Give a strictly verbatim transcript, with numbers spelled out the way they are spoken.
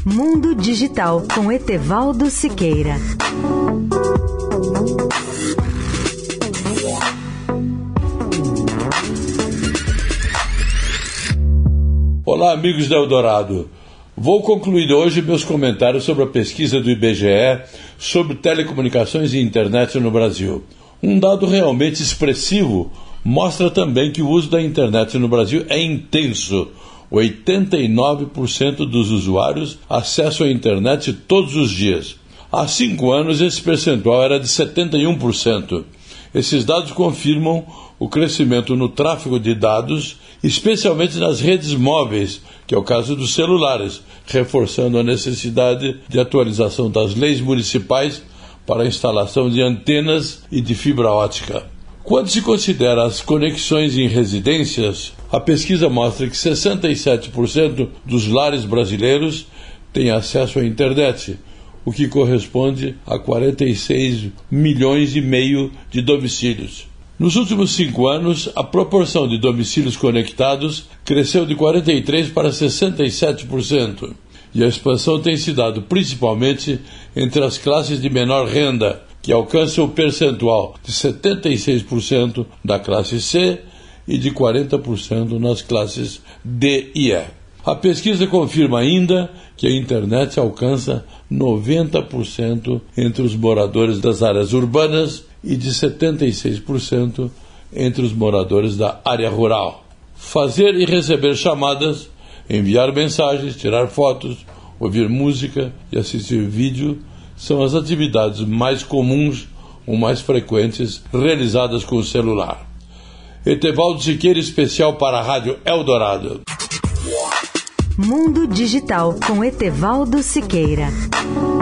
Mundo Digital com Etevaldo Siqueira. Olá, amigos da Eldorado. Vou concluir hoje meus comentários sobre a pesquisa do I B G E sobre telecomunicações e internet no Brasil. Um dado realmente expressivo mostra também que o uso da internet no Brasil é intenso. oitenta e nove por cento dos usuários acessam a internet todos os dias. Há cinco anos, esse percentual era de setenta e um por cento. Esses dados confirmam o crescimento no tráfego de dados, especialmente nas redes móveis, que é o caso dos celulares, reforçando a necessidade de atualização das leis municipais para a instalação de antenas e de fibra ótica. Quando se considera as conexões em residências, a pesquisa mostra que sessenta e sete por cento dos lares brasileiros têm acesso à internet, o que corresponde a quarenta e seis milhões e meio de domicílios. Nos últimos cinco anos, a proporção de domicílios conectados cresceu de quarenta e três por cento para sessenta e sete por cento, e a expansão tem se dado principalmente entre as classes de menor renda, que alcançam o percentual de setenta e seis por cento da classe C e de quarenta por cento nas classes D e E. A pesquisa confirma ainda que a internet alcança noventa por cento entre os moradores das áreas urbanas e de setenta e seis por cento entre os moradores da área rural. Fazer e receber chamadas, enviar mensagens, tirar fotos, ouvir música e assistir vídeo são as atividades mais comuns ou mais frequentes realizadas com o celular. Etevaldo Siqueira, especial para a Rádio Eldorado. Mundo Digital com Etevaldo Siqueira.